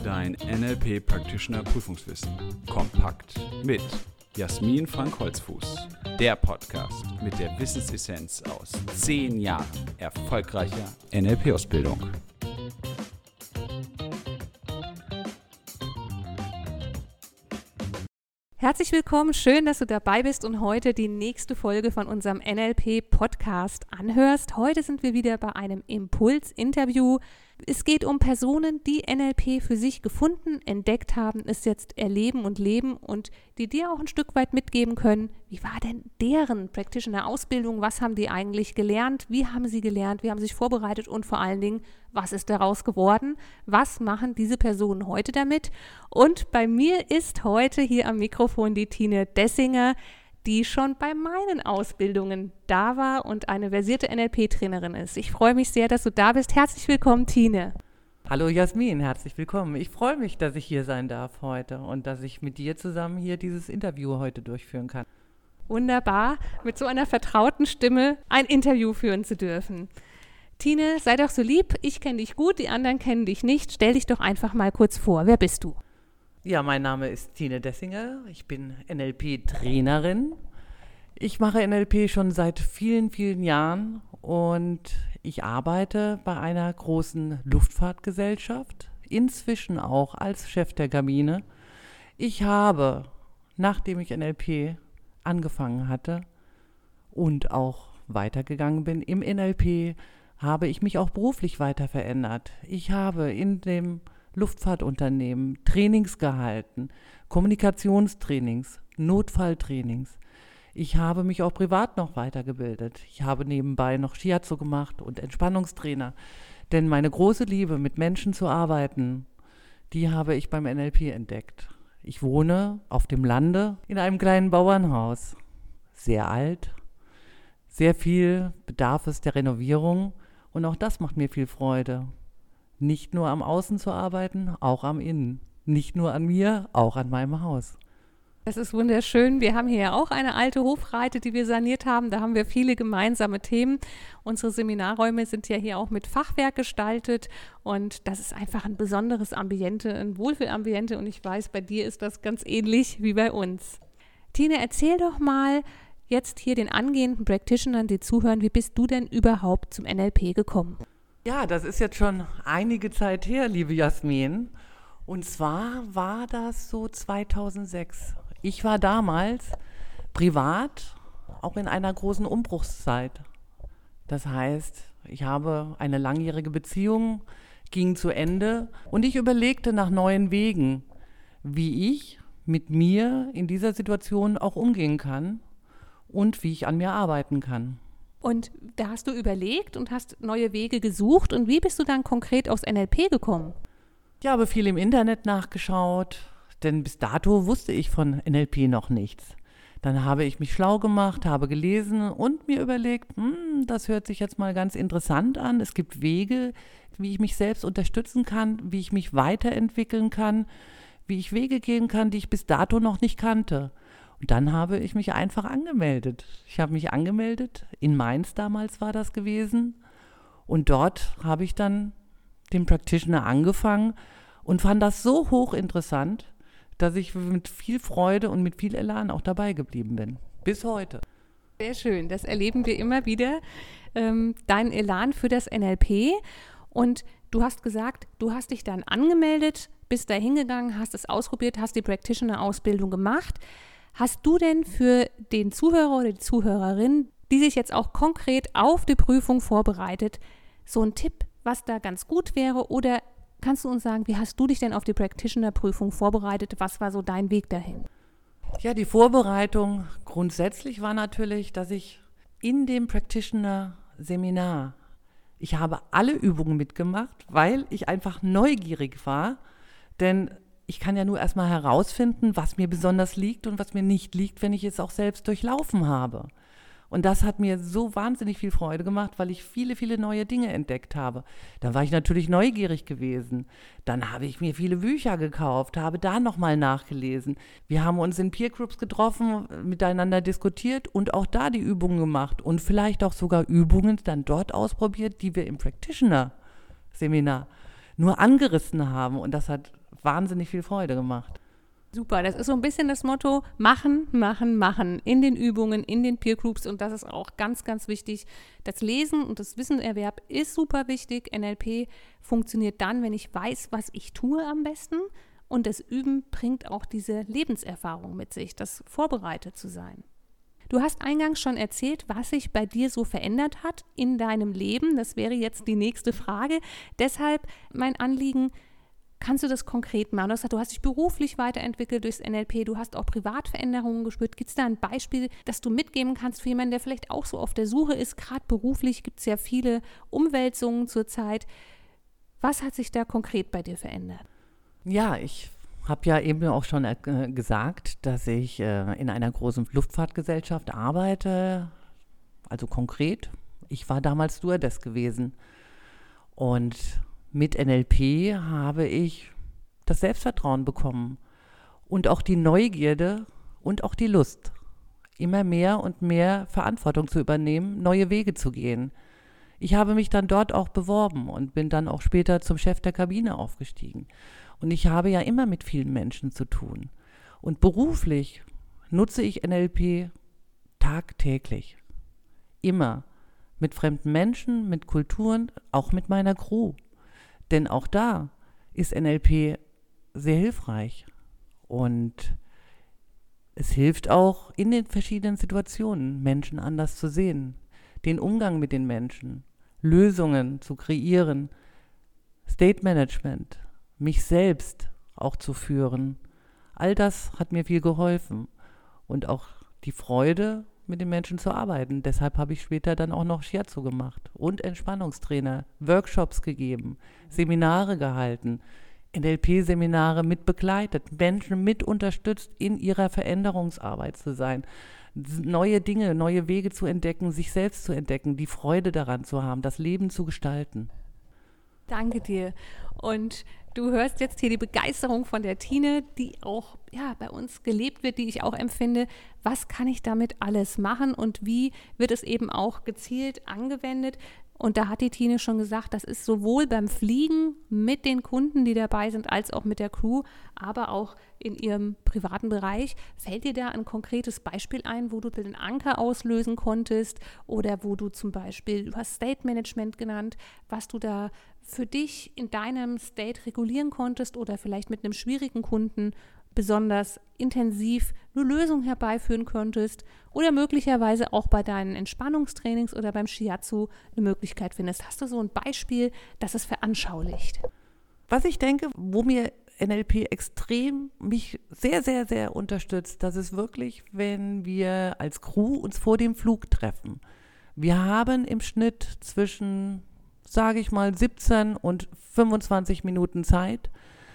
Dein NLP Practitioner Prüfungswissen. Kompakt mit Jasmin Frank-Holzfuß. Der Podcast mit der Wissensessenz aus 10 Jahren erfolgreicher NLP-Ausbildung. Herzlich willkommen, schön, dass du dabei bist und heute die nächste Folge von unserem NLP-Podcast anhörst. Heute sind wir wieder bei einem Impuls-Interview. Es geht um Personen, die NLP für sich gefunden, entdeckt haben, es jetzt erleben und leben und die dir auch ein Stück weit mitgeben können, wie war denn deren Practitioner-Ausbildung, was haben die eigentlich gelernt, wie haben sie sich vorbereitet und vor allen Dingen, was ist daraus geworden, was machen diese Personen heute damit? Und bei mir ist heute hier am Mikrofon die Tine Dessinger, die schon bei meinen Ausbildungen da war und eine versierte NLP-Trainerin ist. Ich freue mich sehr, dass du da bist. Herzlich willkommen, Tine. Hallo Jasmin, herzlich willkommen. Ich freue mich, dass ich hier sein darf heute und dass ich mit dir zusammen hier dieses Interview heute durchführen kann. Wunderbar, mit so einer vertrauten Stimme ein Interview führen zu dürfen. Tine, sei doch so lieb, ich kenne dich gut, die anderen kennen dich nicht. Stell dich doch einfach mal kurz vor. Wer bist du? Ja, mein Name ist Tine Dessinger, ich bin NLP-Trainerin. Ich mache NLP schon seit vielen, vielen Jahren und ich arbeite bei einer großen Luftfahrtgesellschaft, inzwischen auch als Chef der Kabine. Ich habe, nachdem ich NLP angefangen hatte und auch weitergegangen bin im NLP, habe ich mich auch beruflich weiter verändert. Ich habe in dem Luftfahrtunternehmen Trainings gehalten, Kommunikationstrainings, Notfalltrainings. Ich habe mich auch privat noch weitergebildet. Ich habe nebenbei noch Shiatsu gemacht und Entspannungstrainer. Denn meine große Liebe, mit Menschen zu arbeiten, die habe ich beim NLP entdeckt. Ich wohne auf dem Lande in einem kleinen Bauernhaus. Sehr alt, sehr viel bedarf es der Renovierung und auch das macht mir viel Freude. Nicht nur am Außen zu arbeiten, auch am Innen. Nicht nur an mir, auch an meinem Haus. Das ist wunderschön. Wir haben hier ja auch eine alte Hofreite, die wir saniert haben. Da haben wir viele gemeinsame Themen. Unsere Seminarräume sind ja hier auch mit Fachwerk gestaltet und das ist einfach ein besonderes Ambiente, ein Wohlfühlambiente und ich weiß, bei dir ist das ganz ähnlich wie bei uns. Tine, erzähl doch mal jetzt hier den angehenden Practitionern, die zuhören, wie bist du denn überhaupt zum NLP gekommen? Ja, das ist jetzt schon einige Zeit her, liebe Jasmin. Und zwar war das so 2006. Ich war damals privat auch in einer großen Umbruchszeit. Das heißt, ich habe eine langjährige Beziehung, ging zu Ende und ich überlegte nach neuen Wegen, wie ich mit mir in dieser Situation auch umgehen kann und wie ich an mir arbeiten kann. Und da hast du überlegt und hast neue Wege gesucht. Und wie bist du dann konkret aufs NLP gekommen? Ich habe viel im Internet nachgeschaut, denn bis dato wusste ich von NLP noch nichts. Dann habe ich mich schlau gemacht, habe gelesen und mir überlegt, das hört sich jetzt mal ganz interessant an. Es gibt Wege, wie ich mich selbst unterstützen kann, wie ich mich weiterentwickeln kann, wie ich Wege gehen kann, die ich bis dato noch nicht kannte. Und dann habe ich mich einfach angemeldet. Ich habe mich angemeldet, in Mainz damals war das gewesen. Und dort habe ich dann den Practitioner angefangen und fand das so hochinteressant, dass ich mit viel Freude und mit viel Elan auch dabei geblieben bin. Bis heute. Sehr schön, das erleben wir immer wieder. Dein Elan für das NLP. Und du hast gesagt, du hast dich dann angemeldet, bist da hingegangen, hast es ausprobiert, hast die Practitioner-Ausbildung gemacht. Hast du denn für den Zuhörer oder die Zuhörerin, die sich jetzt auch konkret auf die Prüfung vorbereitet, so einen Tipp, was da ganz gut wäre? Oder kannst du uns sagen, wie hast du dich denn auf die Practitioner-Prüfung vorbereitet? Was war so dein Weg dahin? Ja, die Vorbereitung grundsätzlich war natürlich, dass ich in dem Practitioner-Seminar, ich habe alle Übungen mitgemacht, weil ich einfach neugierig war, denn ich kann ja nur erstmal herausfinden, was mir besonders liegt und was mir nicht liegt, wenn ich es auch selbst durchlaufen habe. Und das hat mir so wahnsinnig viel Freude gemacht, weil ich viele, viele neue Dinge entdeckt habe. Dann war ich natürlich neugierig gewesen. Dann habe ich mir viele Bücher gekauft, habe da nochmal nachgelesen. Wir haben uns in Peer-Groups getroffen, miteinander diskutiert und auch da die Übungen gemacht und vielleicht auch sogar Übungen dann dort ausprobiert, die wir im Practitioner-Seminar nur angerissen haben. Und das hat wahnsinnig viel Freude gemacht. Super, das ist so ein bisschen das Motto, machen, machen, machen in den Übungen, in den Peer Groups und das ist auch ganz, ganz wichtig. Das Lesen und das Wissenerwerb ist super wichtig. NLP funktioniert dann, wenn ich weiß, was ich tue am besten und das Üben bringt auch diese Lebenserfahrung mit sich, das vorbereitet zu sein. Du hast eingangs schon erzählt, was sich bei dir so verändert hat in deinem Leben. Das wäre jetzt die nächste Frage. Deshalb mein Anliegen, kannst du das konkret machen? Du hast dich beruflich weiterentwickelt durchs NLP, du hast auch Privatveränderungen gespürt. Gibt es da ein Beispiel, das du mitgeben kannst für jemanden, der vielleicht auch so auf der Suche ist? Gerade beruflich gibt es ja viele Umwälzungen zurzeit. Was hat sich da konkret bei dir verändert? Ja, ich habe ja eben auch schon gesagt, dass ich in einer großen Luftfahrtgesellschaft arbeite. Also konkret, ich war damals Stewardess gewesen und mit NLP habe ich das Selbstvertrauen bekommen und auch die Neugierde und auch die Lust, immer mehr und mehr Verantwortung zu übernehmen, neue Wege zu gehen. Ich habe mich dann dort auch beworben und bin dann auch später zum Chef der Kabine aufgestiegen. Und ich habe ja immer mit vielen Menschen zu tun. Und beruflich nutze ich NLP tagtäglich. Immer. Mit fremden Menschen, mit Kulturen, auch mit meiner Crew. Denn auch da ist NLP sehr hilfreich und es hilft auch in den verschiedenen Situationen, Menschen anders zu sehen, den Umgang mit den Menschen, Lösungen zu kreieren, State Management, mich selbst auch zu führen. All das hat mir viel geholfen und auch die Freude, mit den Menschen zu arbeiten. Deshalb habe ich später dann auch noch Shiatsu gemacht und Entspannungstrainer, Workshops gegeben, Seminare gehalten, NLP-Seminare mit begleitet, Menschen mit unterstützt, in ihrer Veränderungsarbeit zu sein, neue Dinge, neue Wege zu entdecken, sich selbst zu entdecken, die Freude daran zu haben, das Leben zu gestalten. Danke dir. Und du hörst jetzt hier die Begeisterung von der Tine, die auch bei uns gelebt wird, die ich auch empfinde. Was kann ich damit alles machen und wie wird es eben auch gezielt angewendet? Und da hat die Tine schon gesagt, das ist sowohl beim Fliegen mit den Kunden, die dabei sind, als auch mit der Crew, aber auch in ihrem privaten Bereich. Fällt dir da ein konkretes Beispiel ein, wo du den Anker auslösen konntest oder wo du zum Beispiel, du hast State Management genannt, was du da für dich in deinem State regulieren konntest oder vielleicht mit einem schwierigen Kunden besonders intensiv eine Lösung herbeiführen könntest oder möglicherweise auch bei deinen Entspannungstrainings oder beim Shiatsu eine Möglichkeit findest. Hast du so ein Beispiel, das es veranschaulicht? Was ich denke, wo mir NLP extrem mich sehr, sehr, sehr unterstützt, das ist wirklich, wenn wir als Crew uns vor dem Flug treffen. Wir haben im Schnitt zwischen, sage ich mal, 17 und 25 Minuten Zeit,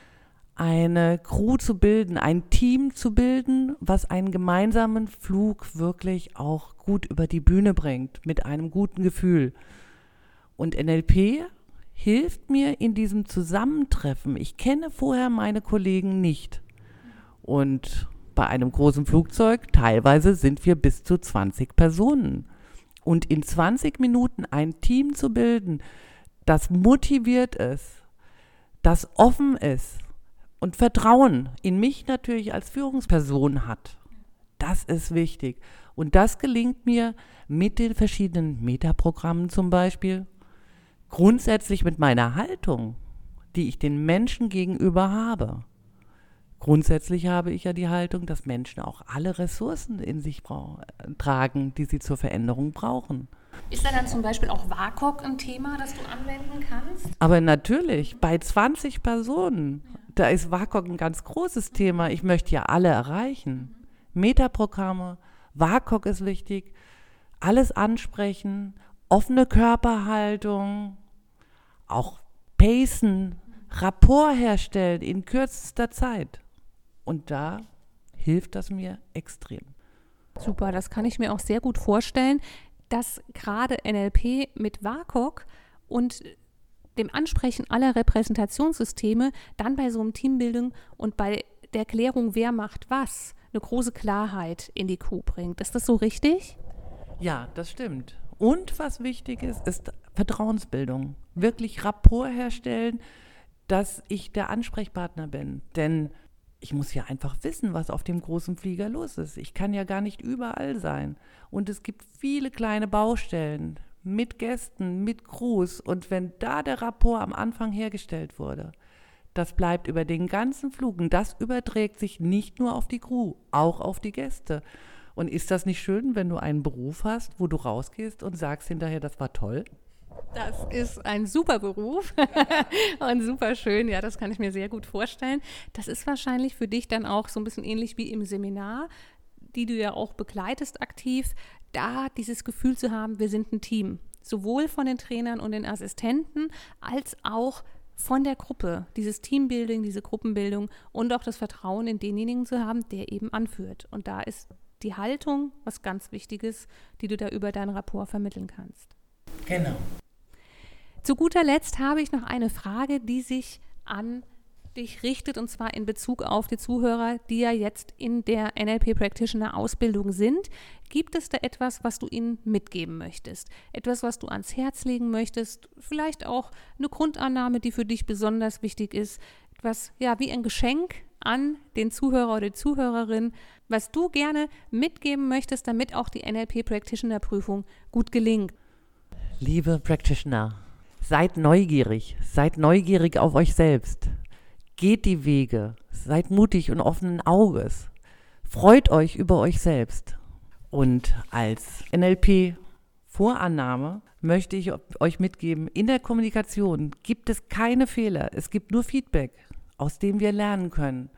eine Crew zu bilden, ein Team zu bilden, was einen gemeinsamen Flug wirklich auch gut über die Bühne bringt, mit einem guten Gefühl. Und NLP hilft mir in diesem Zusammentreffen. Ich kenne vorher meine Kollegen nicht. Und bei einem großen Flugzeug, teilweise sind wir bis zu 20 Personen. Und in 20 Minuten ein Team zu bilden, das motiviert ist, das offen ist, und Vertrauen in mich natürlich als Führungsperson hat. Das ist wichtig. Und das gelingt mir mit den verschiedenen Metaprogrammen zum Beispiel, grundsätzlich mit meiner Haltung, die ich den Menschen gegenüber habe. Grundsätzlich habe ich ja die Haltung, dass Menschen auch alle Ressourcen in sich tragen, die sie zur Veränderung brauchen. Ist da dann zum Beispiel auch WAKOK ein Thema, das du anwenden kannst? Aber natürlich, bei 20 Personen, da ist WAKOK ein ganz großes Thema. Ich möchte ja alle erreichen. Metaprogramme, WAKOK ist wichtig, alles ansprechen, offene Körperhaltung, auch pacen, Rapport herstellen in kürzester Zeit. Und da hilft das mir extrem. Super, das kann ich mir auch sehr gut vorstellen, dass gerade NLP mit WAKOK und dem Ansprechen aller Repräsentationssysteme dann bei so einem Teambildung und bei der Erklärung, wer macht was, eine große Klarheit in die Crew bringt. Ist das so richtig? Ja, das stimmt. Und was wichtig ist, ist Vertrauensbildung. Wirklich Rapport herstellen, dass ich der Ansprechpartner bin. Denn ich muss ja einfach wissen, was auf dem großen Flieger los ist. Ich kann ja gar nicht überall sein. Und es gibt viele kleine Baustellen mit Gästen, mit Crews. Und wenn da der Rapport am Anfang hergestellt wurde, das bleibt über den ganzen Flug. Und das überträgt sich nicht nur auf die Crew, auch auf die Gäste. Und ist das nicht schön, wenn du einen Beruf hast, wo du rausgehst und sagst hinterher, das war toll? Das ist ein super Beruf und super schön. Ja, das kann ich mir sehr gut vorstellen. Das ist wahrscheinlich für dich dann auch so ein bisschen ähnlich wie im Seminar, die du ja auch begleitest aktiv, da dieses Gefühl zu haben, wir sind ein Team. Sowohl von den Trainern und den Assistenten als auch von der Gruppe. Dieses Teambuilding, diese Gruppenbildung und auch das Vertrauen in denjenigen zu haben, der eben anführt. Und da ist die Haltung was ganz Wichtiges, die du da über deinen Rapport vermitteln kannst. Genau. Zu guter Letzt habe ich noch eine Frage, die sich an dich richtet, und zwar in Bezug auf die Zuhörer, die ja jetzt in der NLP Practitioner Ausbildung sind. Gibt es da etwas, was du ihnen mitgeben möchtest? Etwas, was du ans Herz legen möchtest? Vielleicht auch eine Grundannahme, die für dich besonders wichtig ist? Etwas, ja, wie ein Geschenk an den Zuhörer oder die Zuhörerin, was du gerne mitgeben möchtest, damit auch die NLP Practitioner Prüfung gut gelingt? Liebe Practitioner, seid neugierig auf euch selbst. Geht die Wege, seid mutig und offenen Auges. Freut euch über euch selbst. Und als NLP-Vorannahme möchte ich euch mitgeben, in der Kommunikation gibt es keine Fehler. Es gibt nur Feedback, aus dem wir lernen können.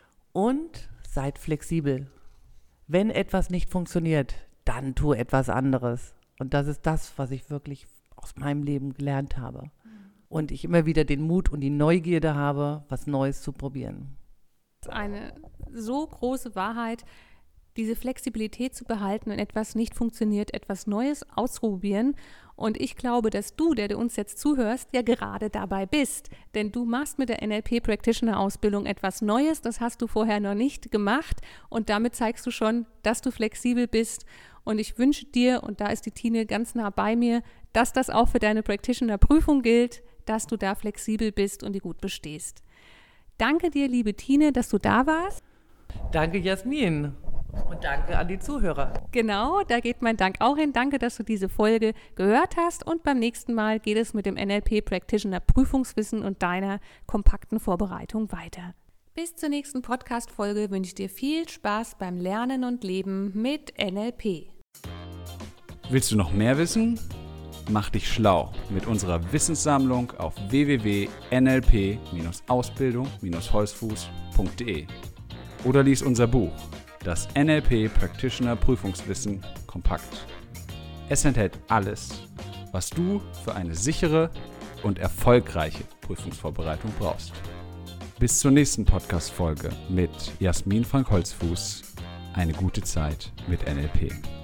Und seid flexibel. Wenn etwas nicht funktioniert, dann tu etwas anderes. Und das ist das, was ich wirklich aus meinem Leben gelernt habe. Und ich immer wieder den Mut und die Neugierde habe, was Neues zu probieren. Das ist eine so große Wahrheit, diese Flexibilität zu behalten, wenn etwas nicht funktioniert, etwas Neues auszuprobieren. Und ich glaube, dass du, der du uns jetzt zuhörst, ja gerade dabei bist. Denn du machst mit der NLP Practitioner Ausbildung etwas Neues, das hast du vorher noch nicht gemacht. Und damit zeigst du schon, dass du flexibel bist. Und ich wünsche dir, und da ist die Tine ganz nah bei mir, dass das auch für deine Practitioner-Prüfung gilt, dass du da flexibel bist und die gut bestehst. Danke dir, liebe Tine, dass du da warst. Danke, Jasmin. Und danke an die Zuhörer. Genau, da geht mein Dank auch hin. Danke, dass du diese Folge gehört hast. Und beim nächsten Mal geht es mit dem NLP Practitioner Prüfungswissen und deiner kompakten Vorbereitung weiter. Bis zur nächsten Podcast-Folge wünsche ich dir viel Spaß beim Lernen und Leben mit NLP. Willst du noch mehr wissen? Mach dich schlau mit unserer Wissenssammlung auf www.nlp-ausbildung-holzfuß.de oder lies unser Buch, das NLP Practitioner Prüfungswissen kompakt. Es enthält alles, was du für eine sichere und erfolgreiche Prüfungsvorbereitung brauchst. Bis zur nächsten Podcast-Folge mit Jasmin Frank-Holzfuß. Eine gute Zeit mit NLP.